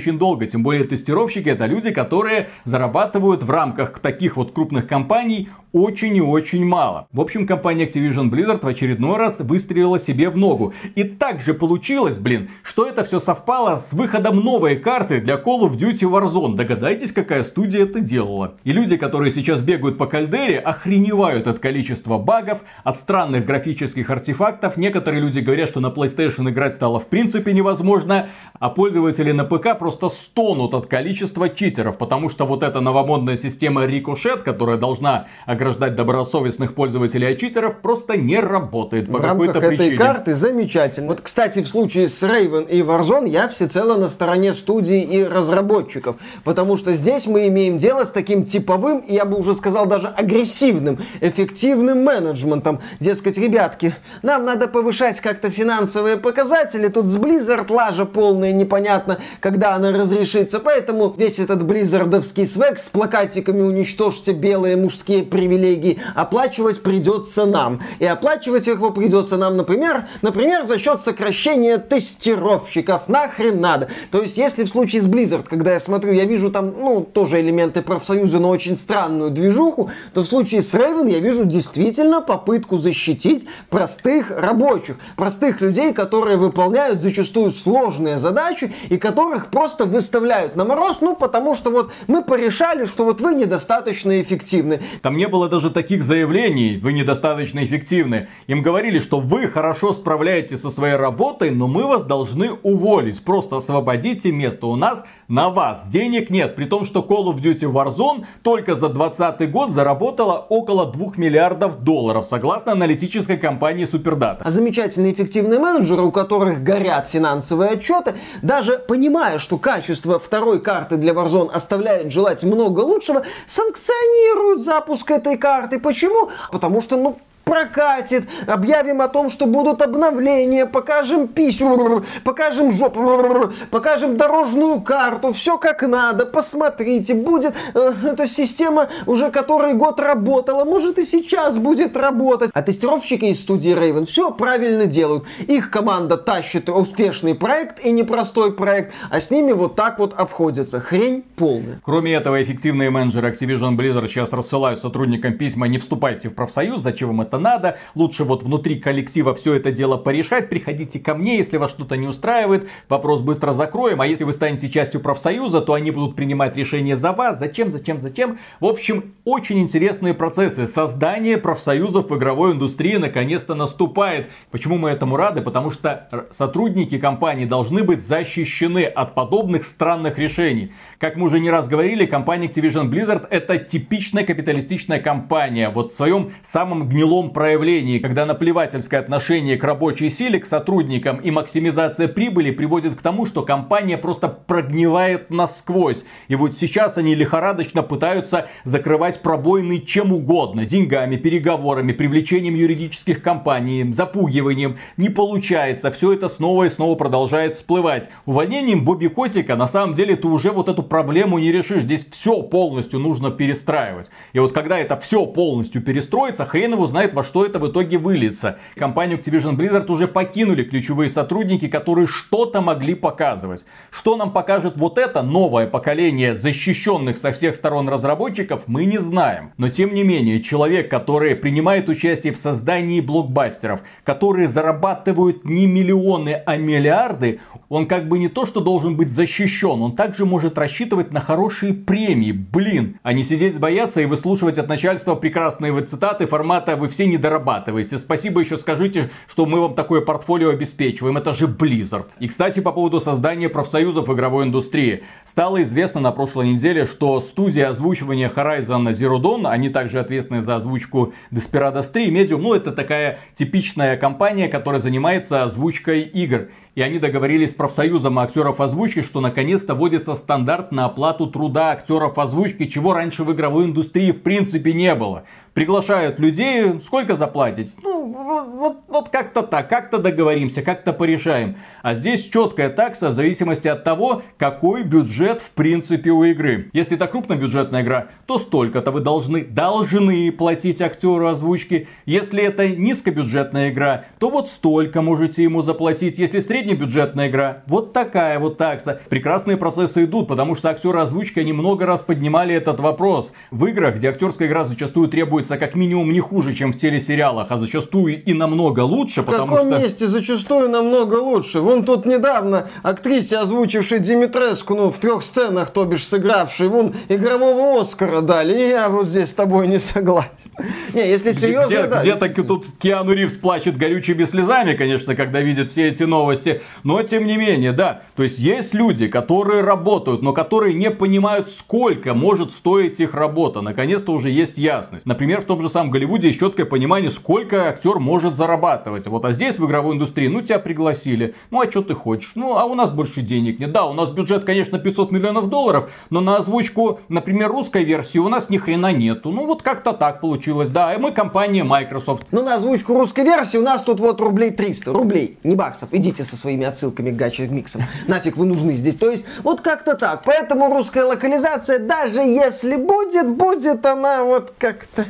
очень долго. Тем более тестировщики — это люди, которые зарабатывают в рамках таких вот крупных компаний очень и очень мало. В общем, компания Activision Blizzard в очередной раз выстрелила себе в ногу. И также получилось, блин, что это все совпало с выходом новой карты для Call of Duty Warzone. Догадайтесь, какая студия это делала. И люди, которые сейчас бегают по кальдере, охреневают от количества багов, от странных графических артефактов. Некоторые люди говорят, что на PlayStation играть стало в принципе невозможно, а пользователи на ПК просто стонут от количества читеров, потому что вот эта новомодная система Ricochet, которая должна ограждать добросовестных пользователей от читеров, просто не работает по в какой-то рамках причине. Этой карты замечательно. Вот, кстати, в случае с Raven и Warzone я всецело на стороне студии и разработчиков, потому что здесь мы имеем дело с таким типовым, я бы уже сказал, даже агрессивным, эффективным менеджментом. Дескать, ребятки, нам надо повышать как-то финансовые показатели, тут с Blizzard лажа полная, непонятно, когда она разрешится, поэтому весь этот близзардовский свек с плакатиками «Уничтожьте белые мужские привилегии» оплачивать придется нам. И оплачивать его придется нам, например, например, за счет сокращения тестировщиков. Нахрен надо. То есть, если в случае с Blizzard, когда я смотрю, я вижу там, ну, тоже элементы профсоюза, но очень странную движуху, то в случае с Raven я вижу действительно попытку защитить простых рабочих, простых людей, которые выполняют зачастую сложные задачи и которых просто выставляют на мороз, ну, потому что вот мы порешали, что вот вы недостаточно эффективны. Там не было даже таких заявлений: вы недостаточно эффективны. Им говорили, что вы хорошо справляетесь со своей работой, но мы вас должны уволить. Просто освободите место, у нас на вас денег нет. При том, что Call of Duty Warzone только за двадцатый год заработала около двух миллиардов долларов, согласно аналитической компании Superdata. А замечательные эффективные менеджеры, у которых горят финансовые отчеты, даже понимая, что качество второй карты для Warzone оставляет желать много лучшего, санкционируют запуск этой карты. Почему? Потому что, ну, прокатит, объявим о том, что будут обновления, покажем писю, покажем жопу, покажем дорожную карту, все как надо, посмотрите, будет э, эта система уже который год работала, может и сейчас будет работать. А тестировщики из студии Raven все правильно делают. Их команда тащит успешный проект и непростой проект, а с ними вот так вот обходятся. Хрень полная. Кроме этого, эффективные менеджеры Activision Blizzard сейчас рассылают сотрудникам письма: не вступайте в профсоюз, зачем вам это надо, лучше вот внутри коллектива все это дело порешать, приходите ко мне, если вас что-то не устраивает, вопрос быстро закроем, а если вы станете частью профсоюза, то они будут принимать решения за вас, зачем, зачем, зачем. В общем, очень интересные процессы. Создание профсоюзов в игровой индустрии наконец-то наступает. Почему мы этому рады? Потому что сотрудники компании должны быть защищены от подобных странных решений. Как мы уже не раз говорили, компания Activision Blizzard — это типичная капиталистичная компания. Вот в своем самом гнилом проявлении, когда наплевательское отношение к рабочей силе, к сотрудникам и максимизация прибыли приводит к тому, что компания просто прогнивает насквозь. И вот сейчас они лихорадочно пытаются закрывать пробоины чем угодно: деньгами, переговорами, привлечением юридических компаний, запугиванием. Не получается. Все это снова и снова продолжает всплывать. Увольнением Бобби Котика на самом деле ты уже вот эту проблему не решишь. Здесь все полностью нужно перестраивать. И вот когда это все полностью перестроится, хрен его знает, во что это в итоге выльется. Компанию Activision Blizzard уже покинули ключевые сотрудники, которые что-то могли показывать. Что нам покажет вот это новое поколение защищенных со всех сторон разработчиков, мы не знаем. Но тем не менее, человек, который принимает участие в создании блокбастеров, которые зарабатывают не миллионы, а миллиарды, он как бы не то, что должен быть защищен, он также может рассчитывать на хорошие премии, блин, а не сидеть бояться и выслушивать от начальства прекрасные вот цитаты формата: вы все не дорабатываете, спасибо еще скажите, что мы вам такое портфолио обеспечиваем, это же Blizzard. И, кстати, по поводу создания профсоюзов в игровой индустрии. Стало известно на прошлой неделе, что студия озвучивания Horizon Zero Dawn, они также ответственны за озвучку Desperados три, Medium, ну это такая типичная компания, которая занимается озвучкой игр. И они договорились с профсоюзом актеров озвучки, что наконец-то вводится стандарт на оплату труда актеров озвучки, чего раньше в игровой индустрии в принципе не было. Приглашают людей, сколько заплатить? Ну, вот, вот, вот как-то так, как-то договоримся, как-то порешаем. А здесь четкая такса в зависимости от того, какой бюджет в принципе у игры. Если это крупнобюджетная игра, то столько-то вы должны, должны платить актеру озвучки. Если это низкобюджетная игра, то вот столько можете ему заплатить. Если средняя Среднебюджетная игра, вот такая вот такса. Прекрасные процессы идут, потому что актеры озвучки, они много раз поднимали этот вопрос. В играх, где актерская игра зачастую требуется как минимум не хуже, чем в телесериалах, а зачастую и намного лучше, в потому каком что... месте зачастую намного лучше? Вон тут недавно актрисе, озвучившей Димитреску, ну, в трех сценах, то бишь сыгравшей, вон, игрового Оскара дали, и я вот здесь с тобой не согласен. Не, если серьезно, где, да. Где-то тут Киану Ривз плачет горючими слезами, конечно, когда видит все эти новости, но тем не менее, да, то есть есть люди, которые работают, но которые не понимают, сколько может стоить их работа. Наконец-то уже есть ясность. Например, в том же самом Голливуде есть четкое понимание, сколько актер может зарабатывать. Вот, а здесь в игровой индустрии, ну, тебя пригласили, ну, а что ты хочешь? Ну, а у нас больше денег нет. Да, у нас бюджет, конечно, пятьсот миллионов долларов, но на озвучку, например, русской версии у нас ни хрена нету. Ну, вот как-то так получилось, да, и мы компания Microsoft. Ну, на озвучку русской версии у нас тут вот рублей триста, рублей, не баксов. Идите со своими отсылками к гача-миксам. Нафиг вы нужны здесь. То есть, вот как-то так. Поэтому русская локализация, даже если будет, будет она вот как-то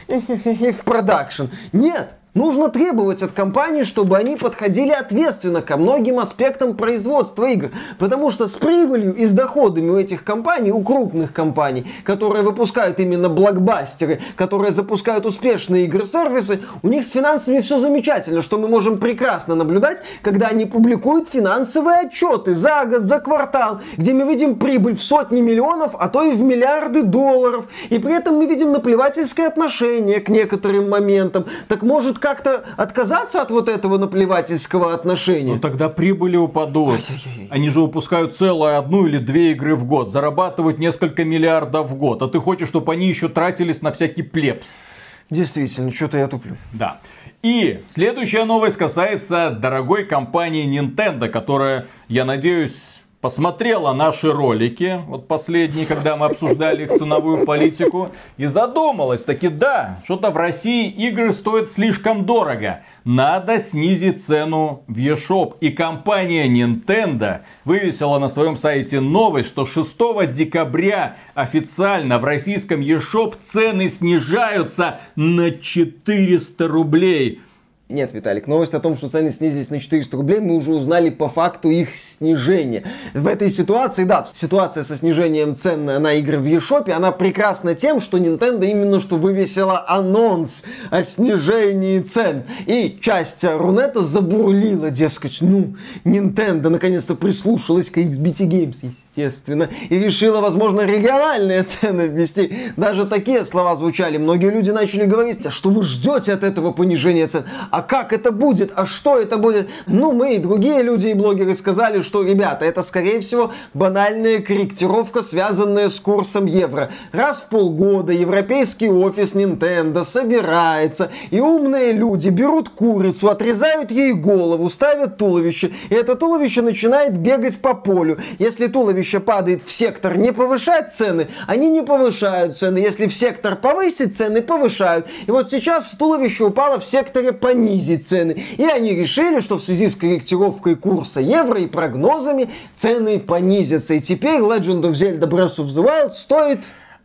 и в продакшн. Нет. Нужно требовать от компаний, чтобы они подходили ответственно ко многим аспектам производства игр. Потому что с прибылью и с доходами у этих компаний, у крупных компаний, которые выпускают именно блокбастеры, которые запускают успешные игры-сервисы, у них с финансами все замечательно, что мы можем прекрасно наблюдать, когда они публикуют финансовые отчеты за год, за квартал, где мы видим прибыль в сотни миллионов, а то и в миллиарды долларов. И при этом мы видим наплевательское отношение к некоторым моментам. Так может как-то отказаться от вот этого наплевательского отношения? Ну тогда прибыли упадут. Ай-яй-яй. Они же выпускают целую одну или две игры в год, зарабатывают несколько миллиардов в год, а ты хочешь, чтобы они еще тратились на всякий плебс. Действительно, что-то я туплю. Да. И следующая новость касается дорогой компании Nintendo, которая, я надеюсь, посмотрела наши ролики, вот последние, когда мы обсуждали их ценовую политику, и задумалась, таки да, что-то в России игры стоят слишком дорого. Надо снизить цену в eShop. И компания Nintendo вывесила на своем сайте новость, что шестого декабря официально в российском eShop цены снижаются на четыреста рублей. Нет, Виталик, новость о том, что цены снизились на четыреста рублей, мы уже узнали по факту их снижения. В этой ситуации, да, ситуация со снижением цен на игры в eShop, она прекрасна тем, что Nintendo именно что вывесила анонс о снижении цен. И часть Рунета забурлила, дескать, ну, Nintendo наконец-то прислушалась к икс би ти Games, естественно, и решила, возможно, региональные цены ввести. Даже такие слова звучали. Многие люди начали говорить, а что вы ждете от этого понижения цен? А как это будет? А что это будет? Ну, мы и другие люди и блогеры сказали, что, ребята, это, скорее всего, банальная корректировка, связанная с курсом евро. Раз в полгода европейский офис Nintendo собирается, и умные люди берут курицу, отрезают ей голову, ставят туловище, и это туловище начинает бегать по полю. Если туловище падает в сектор не повышать цены, они не повышают цены. Если в сектор повысить цены, повышают. И вот сейчас туловище упало в секторе понизить цены. И они решили, что в связи с корректировкой курса евро и прогнозами цены понизятся. И теперь Legend of Zelda Breath of the Wild стоит...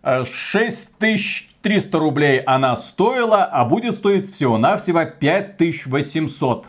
шесть тысяч триста рублей она стоила, а будет стоить всего-навсего пять тысяч восемьсот.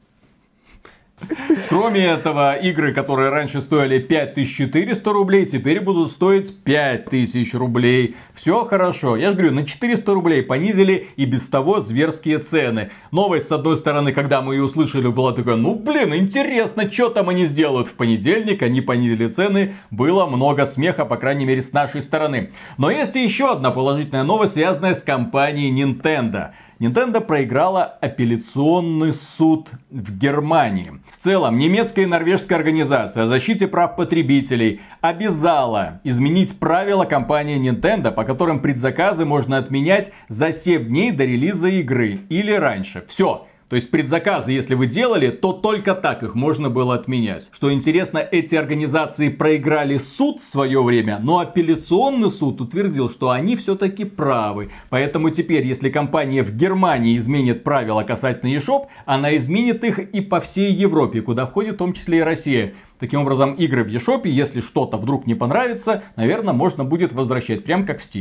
Кроме этого, игры, которые раньше стоили пять тысяч четыреста рублей, теперь будут стоить пять тысяч рублей. Все хорошо. Я же говорю, на четыреста рублей понизили и без того зверские цены. Новость, с одной стороны, когда мы ее услышали, была такая, ну блин, интересно, что там они сделают. В понедельник они понизили цены, было много смеха, по крайней мере, с нашей стороны. Но есть и еще одна положительная новость, связанная с компанией Nintendo. Nintendo проиграла апелляционный суд в Германии. В целом, немецкая и норвежская организация о защите прав потребителей обязала изменить правила компании Nintendo, по которым предзаказы можно отменять за семь дней до релиза игры или раньше. Все. То есть предзаказы, если вы делали, то только так их можно было отменять. Что интересно, эти организации проиграли суд в свое время, но апелляционный суд утвердил, что они все-таки правы. Поэтому теперь, если компания в Германии изменит правила касательно eShop, она изменит их и по всей Европе, куда входит в том числе и Россия. Таким образом, игры в eShop, если что-то вдруг не понравится, наверное, можно будет возвращать, прям как в Steam.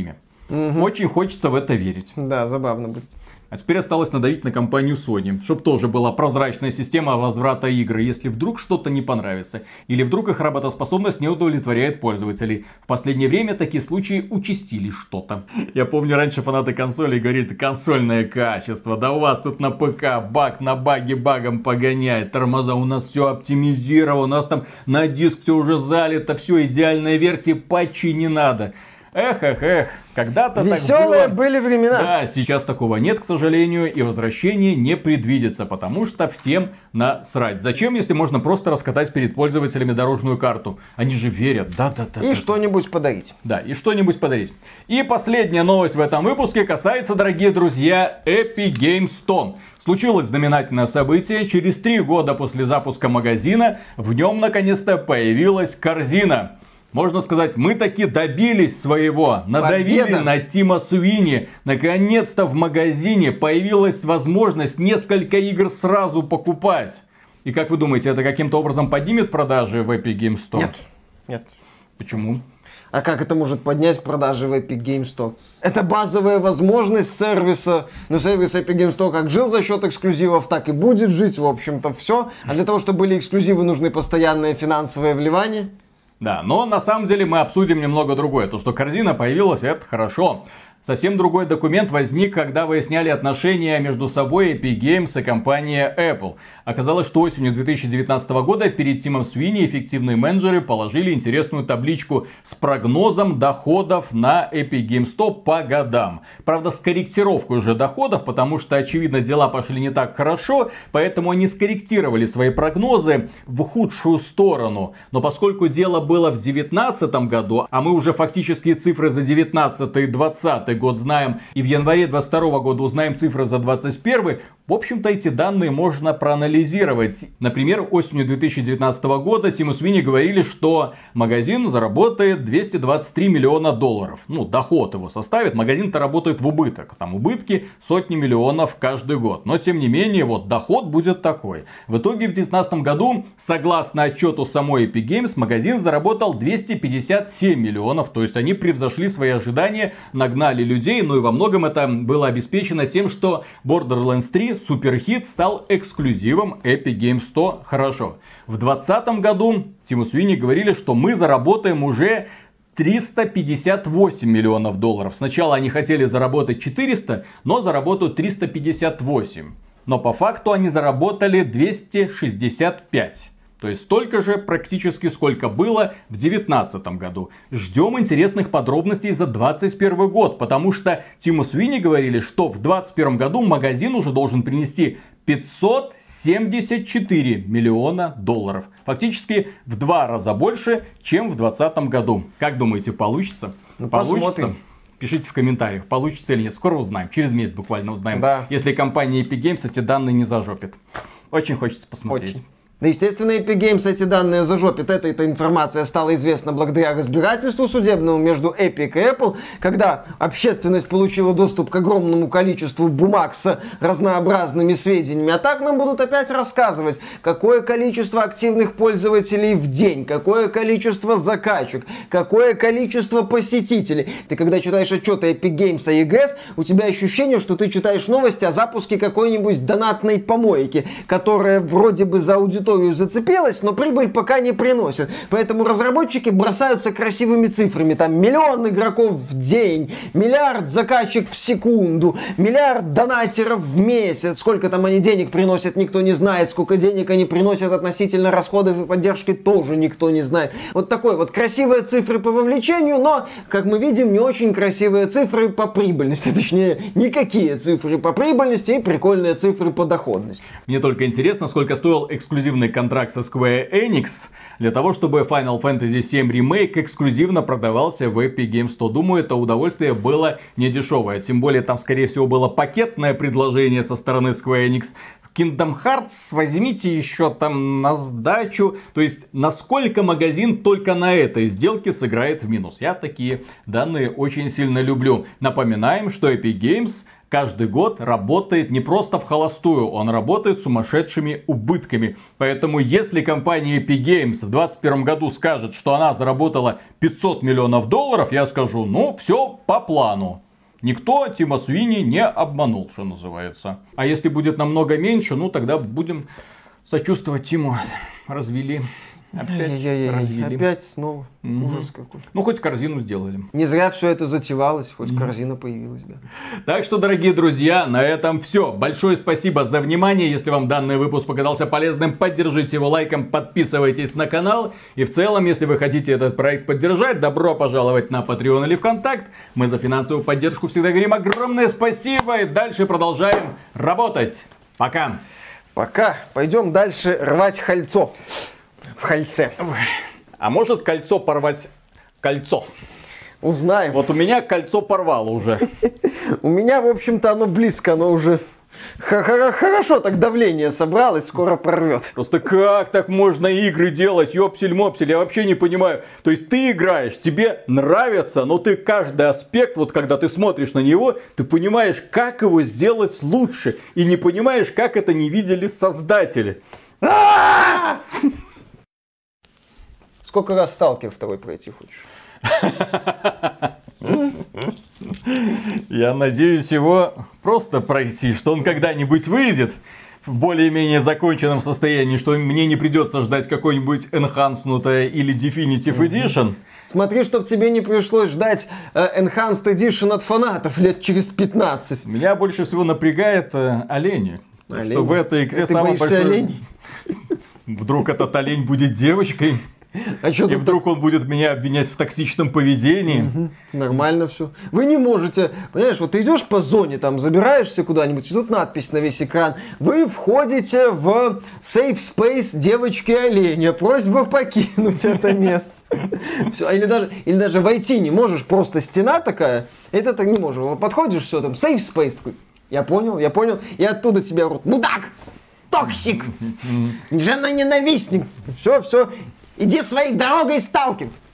Угу. Очень хочется в это верить. Да, забавно будет. А теперь осталось надавить на компанию Sony, чтобы тоже была прозрачная система возврата игр, если вдруг что-то не понравится. Или вдруг их работоспособность не удовлетворяет пользователей. В последнее время такие случаи участились что-то. Я помню, раньше фанаты консолей говорили: консольное качество, да у вас тут на ПК баг на баге багом погоняет, тормоза, у нас все оптимизировано, у нас там на диск все уже залито, все идеальная версия, патчи не надо. Эх, эх, эх, когда-то так было. Веселые были времена. Да, сейчас такого нет, к сожалению, и возвращение не предвидится, потому что всем насрать. Зачем, если можно просто раскатать перед пользователями дорожную карту? Они же верят, да-да-да. И да, что-нибудь да. подарить. Да, и что-нибудь подарить. И последняя новость в этом выпуске касается, дорогие друзья, Epic Games Store. Случилось знаменательное событие. Через три года после запуска магазина в нем наконец-то появилась корзина. Можно сказать, мы таки добились своего, надавили Победа. на Тима Суини. Наконец-то в магазине появилась возможность несколько игр сразу покупать. И как вы думаете, это каким-то образом поднимет продажи в Epic Games Store? Нет, нет. Почему? А как это может поднять продажи в Epic Games Store? Это базовая возможность сервиса. Но сервис Epic Games Store как жил за счет эксклюзивов, так и будет жить, в общем-то, все. А для того, чтобы были эксклюзивы, нужны постоянные финансовые вливания. Да, но на самом деле мы обсудим немного другое. То, что корзина появилась, это хорошо. Совсем другой документ возник, когда выясняли отношения между собой Epic Games и компания Apple. Оказалось, что осенью две тысячи девятнадцатого года перед Тимом Суини эффективные менеджеры положили интересную табличку с прогнозом доходов на Epic Games Store по годам. Правда, с корректировкой уже доходов, потому что, очевидно, дела пошли не так хорошо, поэтому они скорректировали свои прогнозы в худшую сторону. Но поскольку дело было в две тысячи девятнадцатом году, а мы уже фактически цифры за девятнадцатый и двадцатый год знаем, и в январе двадцать второго года узнаем цифры за двадцать первый, в общем-то эти данные можно проанализировать. Например, осенью две тысячи девятнадцатого года Тиму Суини говорили, что магазин заработает двести двадцать три миллиона долларов. Ну, доход его составит, магазин-то работает в убыток. Там убытки сотни миллионов каждый год. Но, тем не менее, вот доход будет такой. В итоге в две тысячи девятнадцатом году, согласно отчету самой Epic Games, магазин заработал двести пятьдесят семь миллионов. То есть они превзошли свои ожидания, нагнали людей, ну и во многом это было обеспечено тем, что Borderlands три суперхит стал эксклюзивом Epic Games Store. Хорошо. В двадцатом году Тиму Суини говорили, что мы заработаем уже триста пятьдесят восемь миллионов долларов. Сначала они хотели заработать четыреста, но заработают триста пятьдесят восемь. Но по факту они заработали двести шестьдесят пять. То есть столько же практически, сколько было в две тысячи девятнадцатом году. Ждем интересных подробностей за двадцать первый год, потому что Тиму Суини говорили, что в двадцать первом году магазин уже должен принести пятьсот семьдесят четыре миллиона долларов. Фактически в два раза больше, чем в двадцатом году. Как думаете, получится? Ну, получится? Посмотрим. Пишите в комментариях, получится или нет. Скоро узнаем. Через месяц буквально узнаем. Да. Если компания Epic Games эти данные не зажопит. Очень хочется посмотреть. Очень. Да, естественно, Epic Games эти данные зажопит. Эта, эта информация стала известна благодаря разбирательству судебному между Epic и Apple, когда общественность получила доступ к огромному количеству бумаг с разнообразными сведениями. А так нам будут опять рассказывать, какое количество активных пользователей в день, какое количество закачек, какое количество посетителей. Ты когда читаешь отчеты Epic Games и и джи эс, у тебя ощущение, что ты читаешь новости о запуске какой-нибудь донатной помойки, которая вроде бы за аудиторию зацепилась, но прибыль пока не приносит. Поэтому разработчики бросаются красивыми цифрами. Там миллион игроков в день, миллиард закачек в секунду, миллиард донатеров в месяц. Сколько там они денег приносят, никто не знает. Сколько денег они приносят относительно расходов и поддержки, тоже никто не знает. Вот такой вот красивые цифры по вовлечению, но, как мы видим, не очень красивые цифры по прибыльности. Точнее, никакие цифры по прибыльности и прикольные цифры по доходности. Мне только интересно, сколько стоил эксклюзивный контракт со Square Enix для того, чтобы Final Fantasy семь Remake эксклюзивно продавался в Epic Games Store. Думаю, это удовольствие было не дешевое. Тем более там, скорее всего, было пакетное предложение со стороны Square Enix. Kingdom Hearts возьмите еще там на сдачу. То есть, насколько магазин только на этой сделке сыграет в минус. Я такие данные очень сильно люблю. Напоминаем, что Epic Games каждый год работает не просто в холостую, он работает с сумасшедшими убытками. Поэтому если компания Epic Games в двадцать первом году скажет, что она заработала пятьсот миллионов долларов, я скажу, ну все по плану. Никто Тима Суини не обманул, что называется. А если будет намного меньше, ну тогда будем сочувствовать Тиму. Развели. Опять Ай-яй-яй, развели. Опять снова. Мгм. Ужас какой. Ну, хоть корзину сделали. Не зря все это затевалось, хоть корзина появилась, да. Так что, дорогие друзья, на этом все. Большое спасибо за внимание. Если вам данный выпуск показался полезным, поддержите его лайком, подписывайтесь на канал. И в целом, если вы хотите этот проект поддержать, добро пожаловать на Patreon или ВКонтакт. Мы за финансовую поддержку всегда говорим огромное спасибо. И дальше продолжаем работать. Пока. Пока. Пойдем дальше рвать кольцо. В кольце. А может кольцо порвать кольцо? Узнаем. Вот у меня кольцо порвало уже. У меня, в общем-то, оно близко, оно уже х- хорошо так давление собралось, скоро прорвет. Просто как так можно игры делать, ёпсель-мопсель, я вообще не понимаю. То есть ты играешь, тебе нравится, но ты каждый аспект, вот когда ты смотришь на него, ты понимаешь, как его сделать лучше. И не понимаешь, как это не видели создатели. Сколько раз Сталкер второй пройти хочешь? Я надеюсь его просто пройти, что он когда-нибудь выйдет в более-менее законченном состоянии, что мне не придется ждать какой-нибудь Enhanced или Definitive Edition. Смотри, чтоб тебе не пришлось ждать э, Enhanced Edition от фанатов лет через пятнадцать. Меня больше всего напрягает э, олени. Олени? Что в этой игре А ты самый боишься большой... оленей? Вдруг этот олень будет девочкой, А что и тут вдруг он будет меня обвинять в токсичном поведении. нормально все. Вы не можете, понимаешь, вот ты идешь по зоне, там забираешься куда-нибудь, и тут надпись на весь экран. Вы входите в safe space девочки оленя. Просьба покинуть это место. Все, или даже, или даже войти не можешь, просто стена такая, это так не можешь. Вот подходишь, все, там safe space такой. Я понял, я понял. И оттуда тебя рот. Мудак! Токсик! Жена-ненавистник! Все, все. Иди своей дорогой, Сталкер!